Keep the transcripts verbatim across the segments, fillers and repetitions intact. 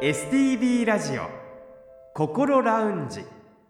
エスティービー ラジオ心ラウンジ。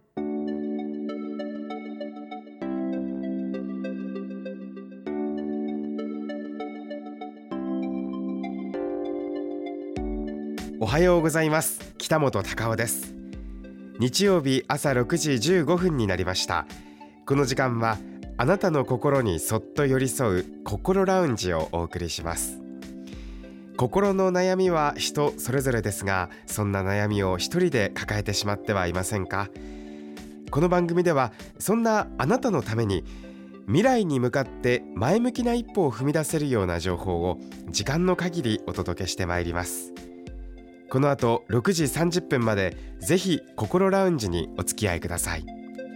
おはようございます。北本隆夫です。日曜日朝ろくじじゅうごふんになりました。この時間はあなたの心にそっと寄り添う心ラウンジをお送りします。心の悩みは人それぞれですが、そんな悩みを一人で抱えてしまってはいませんか？この番組ではそんなあなたのために未来に向かって前向きな一歩を踏み出せるような情報を時間の限りお届けしてまいります。この後ろくじさんじゅっぷんまでぜひ心ラウンジにお付き合いください。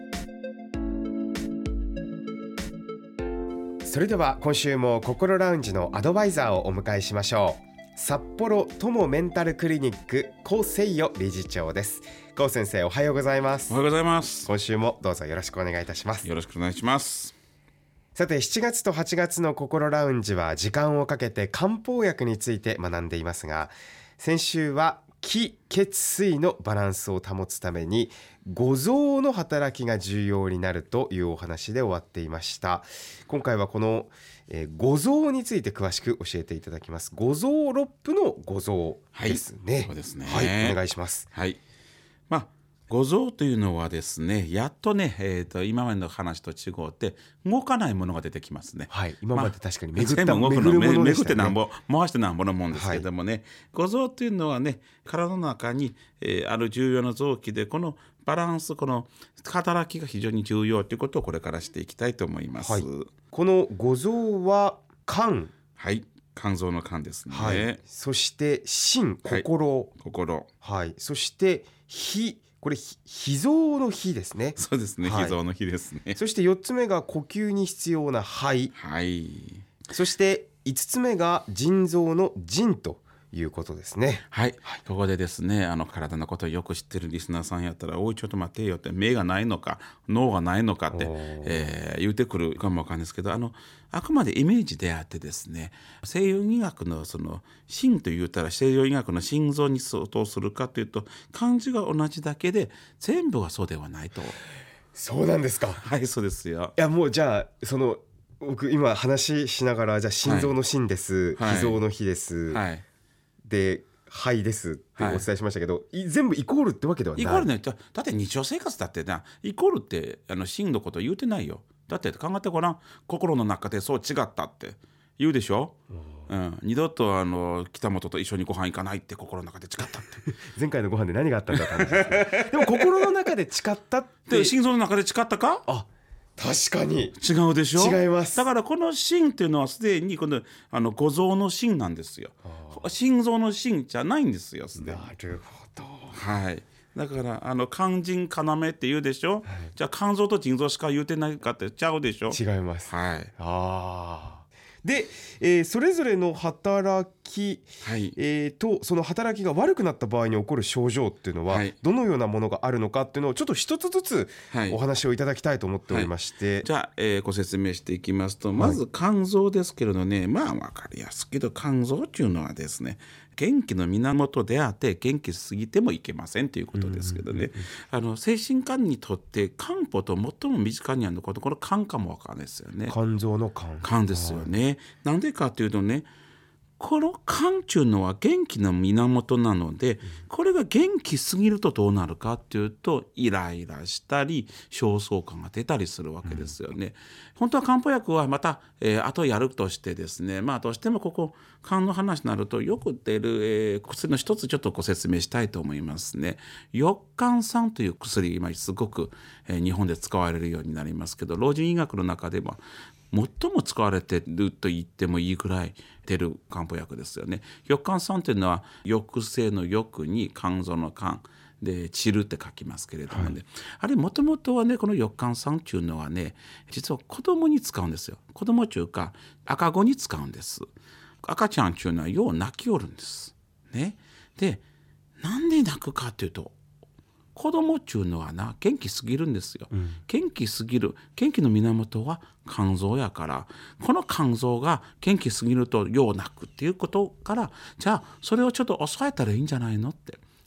それでは今週も心ラウンジのアドバイザーをお迎えしましょう。札幌友メンタルクリニック高誠代理事長です。高先生、おはようございます。 おはようございます。 今週もどうぞよろしくお願いいたします。 よろしくお願いします。 さて、しちがつとはちがつの心ラウンジは時間をかけて漢方薬について学んでいますが、先週は気血水のバランスを保つために五臓の働きが重要になるというお話で終わっていました。今回はこの、えー、五臓について詳しく教えていただきます。五臓六腑の五臓ですね。 はい、そうですね。 はい、お願いします。 はい。まあ五臓というのはですね、やっとね、えー、と今までの話と違って動かないものが出てきますね。 はい、今まで確かに巡った、 まあ、全部動くの、 巡るものでしたね。 巡ってなんぼ回してなんぼのもんですけどもね、はい、五臓というのはね、体の中に、えー、ある重要な臓器で、このバランス、この働きが非常に重要ということをこれからしていきたいと思います。はい、 この五臓は肝、 はい、肝臓の肝ですね。 はい、そして心、心、はい、 心、 はい、そして脾、これ脾臓の脾ですね。 そうですね、はい、脾臓の脾ですね。 そしてよっつめが呼吸に必要な肺、 はい、 そしていつつめが腎臓の腎ということですね。 はい、はい、ここでですね、あの体のことをよく知ってるリスナーさんやったら、おいちょっと待てよって、目がないのか脳がないのかって、えー、言うてくるかもわかんないですけど、あのあくまでイメージであってですね、西洋医学のその心と言ったら西洋医学の心臓に相当するかというと、漢字が同じだけで全部はそうではないと。 そうなんですか。 はい、そうですよ。 いや、もうじゃあその僕今話しながら、じゃあ心臓の心です、はい、脾臓の脾です、はい、で肺ですってお伝えしましたけど、はい、全部イコールってわけではない。 イコールね、だって日常生活だってな、イコールってあの心のこと言うてないよ。だって考えてごらん、心の中でそう違ったって言うでしょ。うん、二度とあの北本と一緒にご飯行かないって心の中で誓ったって前回のご飯で何があったんだって話ですね。でも心の中で誓ったって心臓の中で誓ったか。 あ、確かに違うでしょ。 違います。 だからこの心っていうのはすでにこのあの五臓の心なんですよ。心臓の心じゃないんですよ、すでに。 なるほど。 はい。だからあの肝腎要って言うでしょ、はい、じゃあ肝臓と腎臓しか言うてないかってちゃうでしょ。 違います。 はい。 あで、えー、それぞれの働き、 はいえー、とその働きが悪くなった場合に起こる症状っていうのは、はい、どのようなものがあるのかっていうのをちょっと一つずつお話をいただきたいと思っておりまして、 はいはい、じゃあ、えー、ご説明していきますと、まず肝臓ですけれどね、はい、まあ分かりやすいけど肝臓っていうのはですね、元気の源であって元気すぎてもいけませんということですけどね、あの精神科にとって肝歩と最も身近にあること、これ肝かも分からないですよね。 肝臓の肝肝ですよね、はい、なんでかというとね、この肝というのは元気の源なので、これが元気すぎるとどうなるかというと、イライラしたり焦燥感が出たりするわけですよね、うん、本当は漢方薬はまた、えー、後やるとしてですね、まあどうしてもここ肝の話になるとよく出る、えー、薬の一つちょっとご説明したいと思いますね。翼甘酸という薬、今すごく、えー、日本で使われるようになりますけど、老人医学の中では最も使われていると言ってもいいぐらい出る漢方薬ですよね。翼甘酸というのは抑制の翼に肝臓の肝で散るって書きますけれどもね、はい、あれもともとはね、この翼甘酸というのはね、実は子供に使うんですよ。子供というか赤子に使うんです。赤ちゃんというのはよう泣きおるんです、ね、でなんで泣くかというと、子供っていうのはな、元気すぎるんですよ、うん、元気すぎる、元気の源は肝臓やから、この肝臓が元気すぎるとよう泣くっていうことから、じゃあそれをちょっと抑えたらいいんじゃないのって、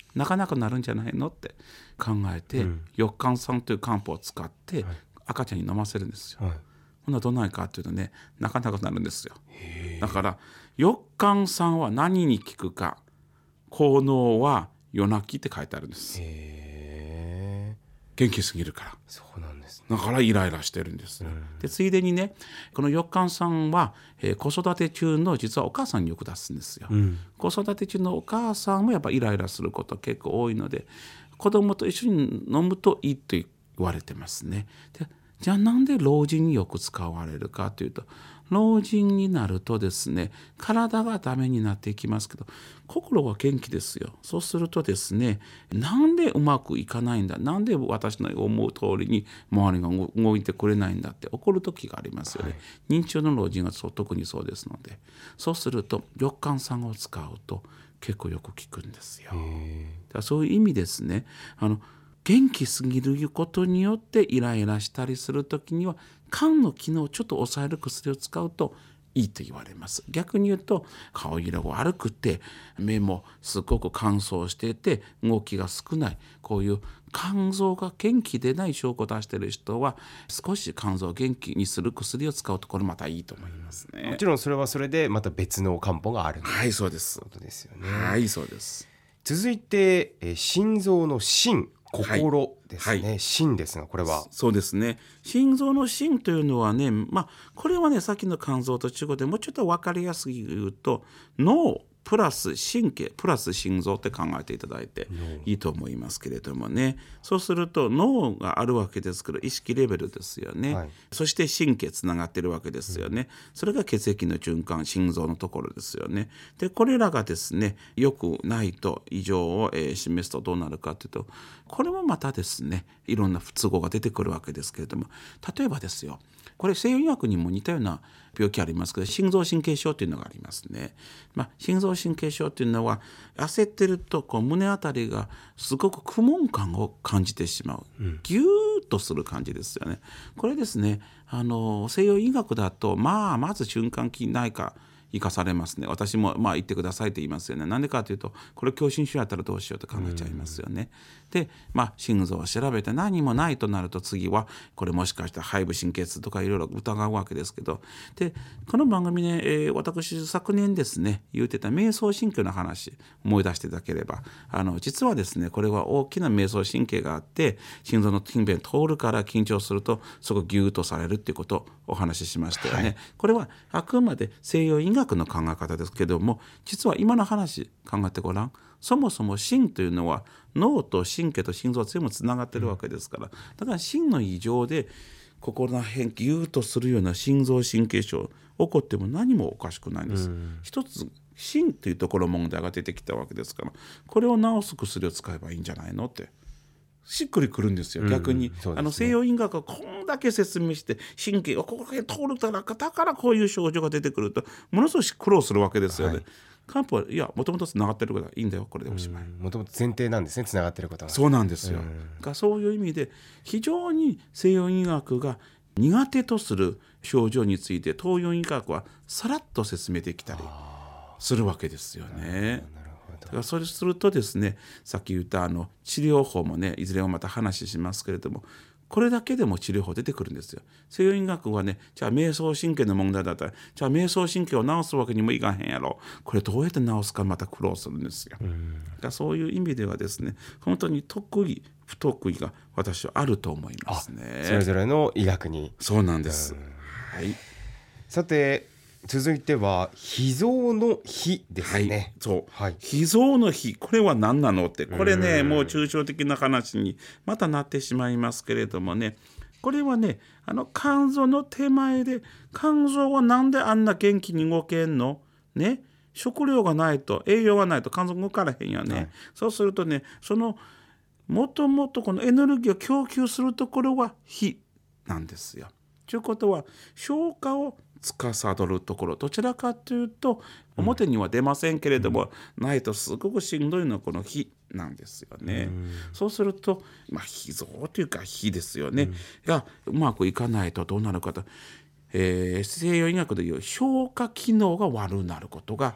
なかなかなるんじゃないのって考えて、うん、翼寒酸という漢方を使って赤ちゃんに飲ませるんですよ、はい、ほんならどないかっていうとね、なかなかなるんですよ。だから翼寒酸は何に効くか、効能は夜泣きって書いてあるんです。へ元気すぎるから。 そうなんですね。 だからイライラしてるんです、うん、でついでにね、この翼寒酸は、えー、子育て中の実はお母さんによく出すんですよ、うん、子育て中のお母さんもやっぱイライラすること結構多いので、子供と一緒に飲むといいと言われてますね。でじゃあなんで老人によく使われるかというと、老人になるとですね、体がダメになっていきますけど心は元気ですよ。そうするとですね、なんでうまくいかないんだ、なんで私の思う通りに周りが動いてくれないんだって怒る時がありますよね、はい、認知症の老人はそう特にそうですので、そうすると翼寒酸を使うと結構よく効くんですよ。だからそういう意味ですね、あの元気すぎることによってイライラしたりするときには肝の機能をちょっと抑える薬を使うといいと言われます。逆に言うと顔色が悪くて目もすごく乾燥していて動きが少ない、こういう肝臓が元気でない証拠を出している人は少し肝臓を元気にする薬を使うとこれまたいいと思いますね。 もちろんそれはそれでまた別の漢方がある。 はいそうです。 ことですよね。 はいそうです。 続いて、えー、心臓の心、心ですね、はい、心ですがこれはそうですね、心臓の心というのはね、まあ、これはねさっきの肝臓と違うでもうちょっと分かりやすく言うと脳プラス神経プラス心臓って考えていただいていいと思いますけれどもね、そうすると脳があるわけですけど意識レベルですよね、はい、そして神経つながってるわけですよね、うん、それが血液の循環心臓のところですよね。でこれらがですね良くないと異常を、えー、示すとどうなるかというと、これもまたですねいろんな不都合が出てくるわけですけれども、例えばですよ、これ西洋医学にも似たような病気ありますけど、心臓神経症というのがありますね。まあ、心臓神経症というのは焦ってるとこう胸あたりがすごく苦悶感を感じてしまう、うん、ギューッとする感じですよね。これですね、あの西洋医学だと、まあ、まず循環器内科生かされますね。私もまあ言ってくださいって言いますよね。なんでかというとこれ狭心症やったらどうしようと考えちゃいますよね。で、まあ、心臓を調べて何もないとなると次はこれもしかしたら肺部神経痛とかいろいろ疑うわけですけど、でこの番組ね、えー、私昨年ですね言ってた迷走神経の話思い出していただければ、あの実はですねこれは大きな迷走神経があって心臓の筋弁通るから緊張するとそこギューッとされるっていうことをお話ししましたよね、はい、これはあくまで西洋医学の考え方ですけども、実は今の話考えてごらん。そもそも心というのは脳と神経と心臓は全部つながってるわけですから、だから心の異常で心の変ギューッとするような心臓神経症起こっても何もおかしくないんです。一つ心というところ問題が出てきたわけですから、これを治す薬を使えばいいんじゃないのってしっくりくるんですよ。逆に、うんね、あの西洋医学がこんだけ説明して神経がここへ通るからだからこういう症状が出てくるとものすごく苦労するわけですよね、はい、漢方はいやもともとつながってることはいいんだよ、これでおしまい。 もともと前提なんですね、つながってることは。 そうなんですよ。がそういう意味で非常に西洋医学が苦手とする症状について東洋医学はさらっと説明できたりするわけですよね。だからそれするとですね、さっき言ったあの治療法もねいずれもまた話しますけれども、これだけでも治療法出てくるんですよ。西洋医学はね、じゃあ迷走神経の問題だったらじゃあ迷走神経を治すわけにもいかへんやろ、これどうやって治すかまた苦労するんですよ。だからそういう意味ではですね、本当に得意不得意が私はあると思いますね。 それぞれの医学に。 そうなんです、はい、 さて続いては脾臓の脾ですね、 はい、そう、はい、脾臓の脾、これは何なのって、これねもう抽象的な話にまたなってしまいますけれどもね、これはねあの肝臓の手前で、肝臓はなんであんな元気に動けんのね、食料がないと栄養がないと肝臓動かれへんよね、はい、そうするとねそのもともとこのエネルギーを供給するところは脾なんですよ。ということは消化を司るところ、どちらかというと表には出ませんけれども、うん、ないとすごくしんどいのはこの脾なんですよね、うん、そうすると、まあ、脾臓というか脾ですよね、うん、がうまくいかないとどうなるかと、えー、西洋医学でいう消化機能が悪くなることが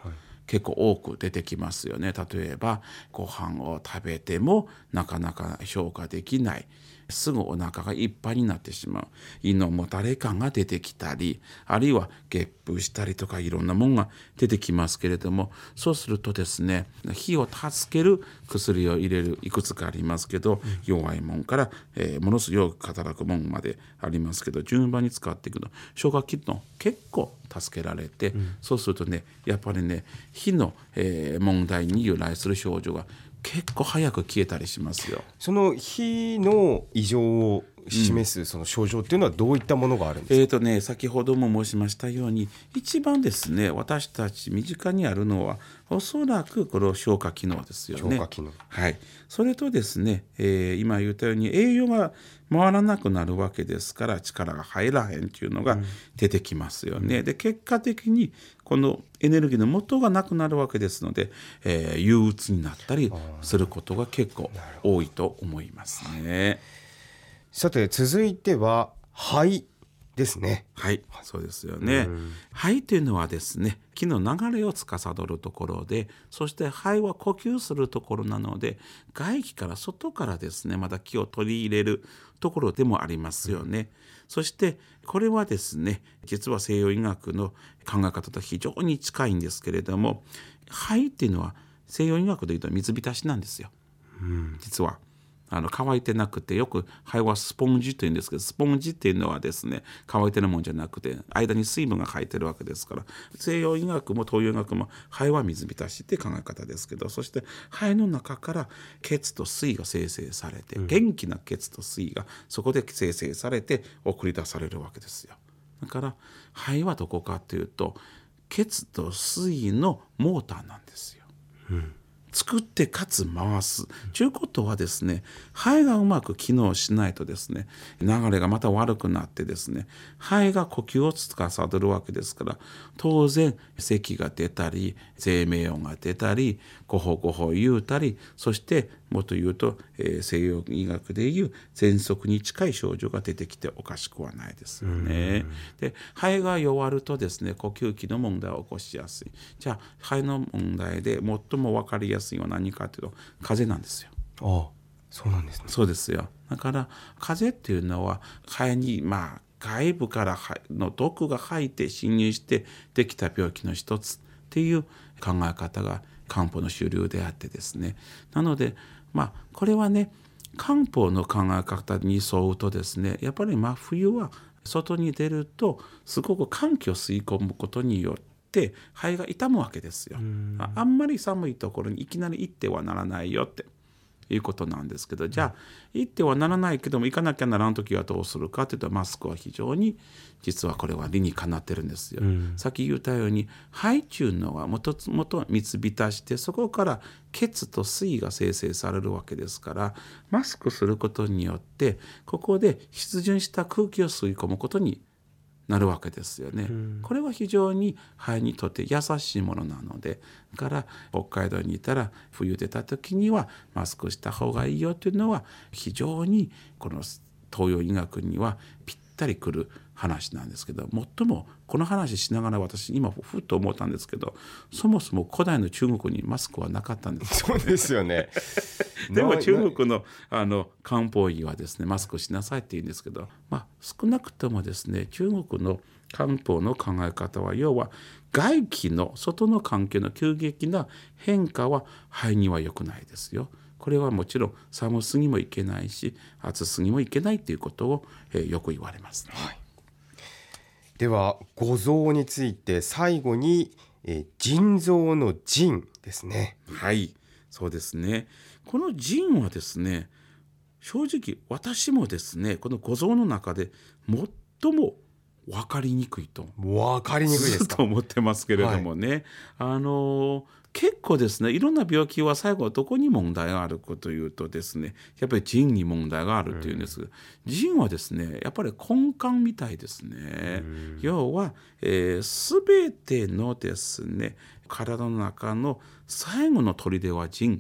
結構多く出てきますよね。例えばご飯を食べてもなかなか消化できない、すぐお腹がいっぱいになってしまう、胃のもたれ感が出てきたり、あるいはゲップしたりとかいろんなものが出てきますけれども、そうするとですね、火を助ける薬を入れるいくつかありますけど、うん、弱いもんから、えー、ものすごく働くもんまでありますけど、順番に使っていくと消化機能結構助けられて、うん、そうするとねやっぱりね火の、えー、問題に由来する症状が結構早く消えたりしますよ。 その火の異常を示すその症状っていうのはどういったものがあるんですか？ うん、えーとね、先ほども申しましたように、一番ですね私たち身近にあるのはおそらくこの消化機能ですよね。 消化機能、 はい、それとですね、えー、今言ったように栄養が回らなくなるわけですから力が入らへんっていうのが出てきますよね。うん、で結果的にこのエネルギーの元がなくなるわけですので、えー、憂鬱になったりすることが結構多いと思いますね。 さて続いては肺ですね。 はい、そうですよね。肺というのはですね、気の流れを司るところで、そして肺は呼吸するところなので、外気から外からですねまた気を取り入れるところでもありますよね。うん、そしてこれはですね実は西洋医学の考え方と非常に近いんですけれども、肺っていうのは西洋医学でいうと水浸しなんですよ。うん、実はあの乾いてなくて、よく肺はスポンジというんですけど、スポンジっていうのはですね乾いてるもんじゃなくて間に水分が入ってるわけですから、西洋医学も東洋医学も肺は水浸しっていう考え方ですけど、そして肺の中から血と水が生成されて、うん、元気な血と水がそこで生成されて送り出されるわけですよ。だから肺はどこかというと血と水のモーターなんですよ。うん、作ってかつ回すということはですね、肺がうまく機能しないとですね流れがまた悪くなってですね、肺が呼吸を司るわけですから、当然咳が出たり声鳴音が出たりゴホゴホ言うたり、そしてもっと言うと、えー、西洋医学でいう喘息に近い症状が出てきておかしくはないですよね。で肺が弱るとですね呼吸器の問題を起こしやすい。じゃあ肺の問題で最も分かりやすいのは何かというと風邪なんですよ。 ああ、そうなんですね。 そうですよ。だから風邪っていうのは肺にまあ外部からの毒が入って侵入してできた病気の一つっていう考え方が漢方の主流であってですね、なのでまあこれはね漢方の考え方に沿うとですね、やっぱり真冬は外に出るとすごく寒気を吸い込むことによって肺が痛むわけですよ。んあんまり寒いところにいきなり行ってはならないよっていうことなんですけど、じゃあ行ってはならないけども行かなきゃならん時はどうするかというと、マスクは非常に実はこれは理にかなってるんですよ。うん、さっき言ったように肺っていうのはもともと水浸して、そこから血と水が生成されるわけですから、マスクすることによってここで湿潤した空気を吸い込むことになるわけですよね。うん、これは非常に肺にとって優しいものなので、だから北海道にいたら冬出た時にはマスクした方がいいよというのは非常にこの東洋医学にはぴったりくる話なんですけど、もっともこの話しながら私今ふっと思ったんですけど、そもそも古代の中国にマスクはなかったんですよね。そうですよね。 でも中国のあの漢方医はですねマスクしなさいって言うんですけど、まあ、少なくともですね中国の漢方の考え方は要は外気の外の環境の急激な変化は肺には良くないですよ。これはもちろん寒すぎもいけないし暑すぎもいけないということを、えー、よく言われますね。はい、 では五臓について最後に、えー、腎臓の腎ですね。 はい、そうですね。この腎はですね、正直私もですねこの五臓の中で最も分かりにくいと分かりにくいですかと思ってますけれどもね、はい、あの結構ですねいろんな病気は最後はどこに問題があるかというとですね、やっぱり腎に問題があるというんです。うん、腎はですねやっぱり根幹みたいですね。うん、要は、えー、全てのですね体の中の最後の砦は腎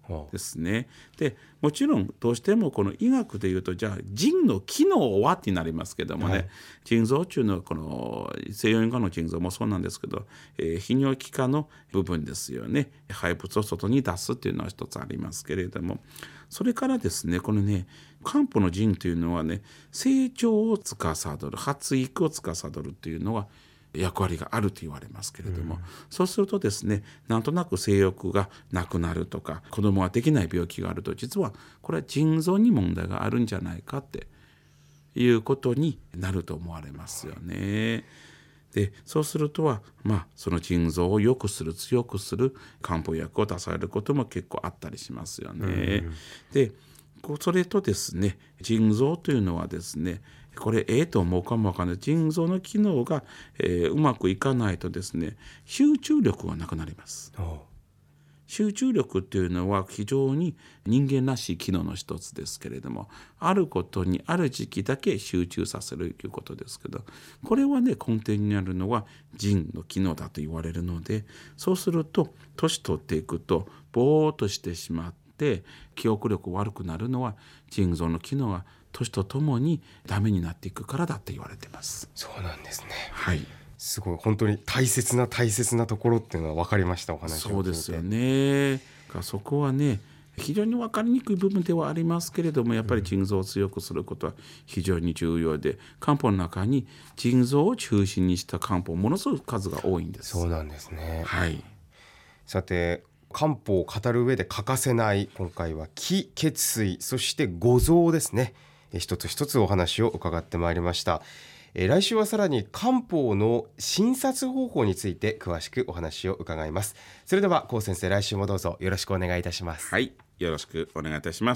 ですね。でもちろんどうしてもこの医学でいうとじゃあ腎の機能はってなりますけどもね、はい、腎臓中のこの西洋医学の腎臓もそうなんですけど、えー、泌尿器科の部分ですよね。排物を外に出すっていうのは一つありますけれども、それからですねこのね漢方の腎というのはね成長を司る発育を司るっていうのは役割があると言われますけれども、うん、そうするとですねなんとなく性欲がなくなるとか子供ができない病気があると実はこれは腎臓に問題があるんじゃないかっていうことになると思われますよね。でそうするとは、まあ、その腎臓を良くする強くする漢方薬を出されることも結構あったりしますよね。うん、でそれとですね腎臓というのはですねこれええと思うかもわからない腎臓の機能が、えー、うまくいかないとですね集中力がなくなります。集中力っていうのは非常に人間らしい機能の一つですけれどもあることにある時期だけ集中させるということですけどこれはね根底にあるのは腎の機能だと言われるのでそうすると年取っていくとぼーっとしてしまって記憶力悪くなるのは腎臓の機能が年とともにダメになっていくからだって言われています。 そうなんですね。 はい。 すごい本当に大切な大切なところっていうのは分かりました。お話を聞いて。 そうですよね。そこはね非常に分かりにくい部分ではありますけれどもやっぱり腎臓を強くすることは非常に重要で、うん、漢方の中に腎臓を中心にした漢方ものすごく数が多いんです。 そうなんですね。 はい。 さて漢方を語る上で欠かせない今回は気血水そして五臓ですね。一つ一つお話を伺ってまいりました。えー、来週はさらに漢方の診察方法について詳しくお話を伺います。それでは高先生来週もどうぞよろしくお願いいたします。 はい、よろしくお願いいたします。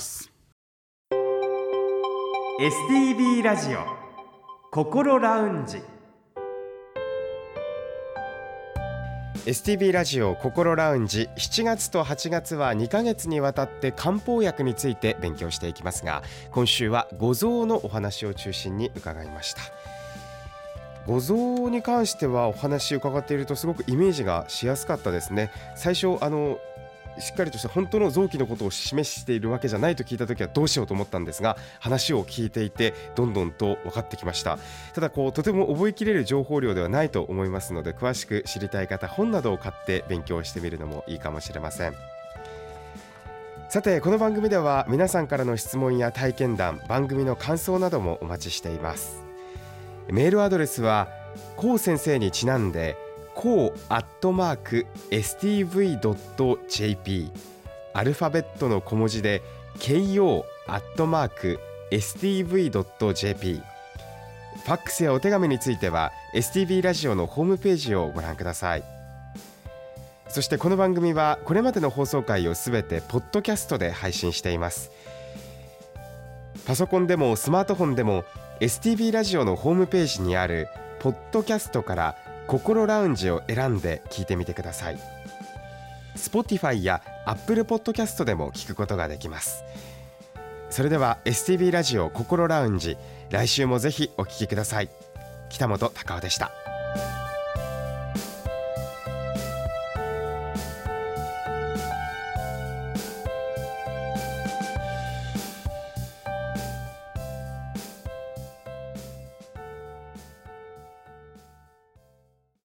エスティービー ラジオ心ラウンジ。エスティービー ラジオ心ラウンジしちがつとはちがつはにかげつにわたって漢方薬について勉強していきますが今週は五臓のお話を中心に伺いました。五臓に関してはお話を伺っているとすごくイメージがしやすかったですね。最初あのしっかりとした本当の臓器のことを示しているわけじゃないと聞いたときはどうしようと思ったんですが話を聞いていてどんどんと分かってきました。ただこうとても覚えきれる情報量ではないと思いますので詳しく知りたい方本などを買って勉強してみるのもいいかもしれません。さてこの番組では皆さんからの質問や体験談番組の感想などもお待ちしています。メールアドレスはコウ先生にちなんでコウアットマーク エスティーブイドットジェーピー アルファベットの小文字で ケーオー アットマーク エスティーブイドットジェーピー ファックスやお手紙については エスティービー ラジオのホームページをご覧ください。そしてこの番組はこれまでの放送回をすべてポッドキャストで配信しています。パソコンでもスマートフォンでも エスティービー ラジオのホームページにあるポッドキャストから心ラウンジを選んで聞いてみてください。 Spotify や Apple Podcast でも聞くことができます。それでは エスティービー ラジオ心ラウンジ来週もぜひお聞きください。北本隆夫でした。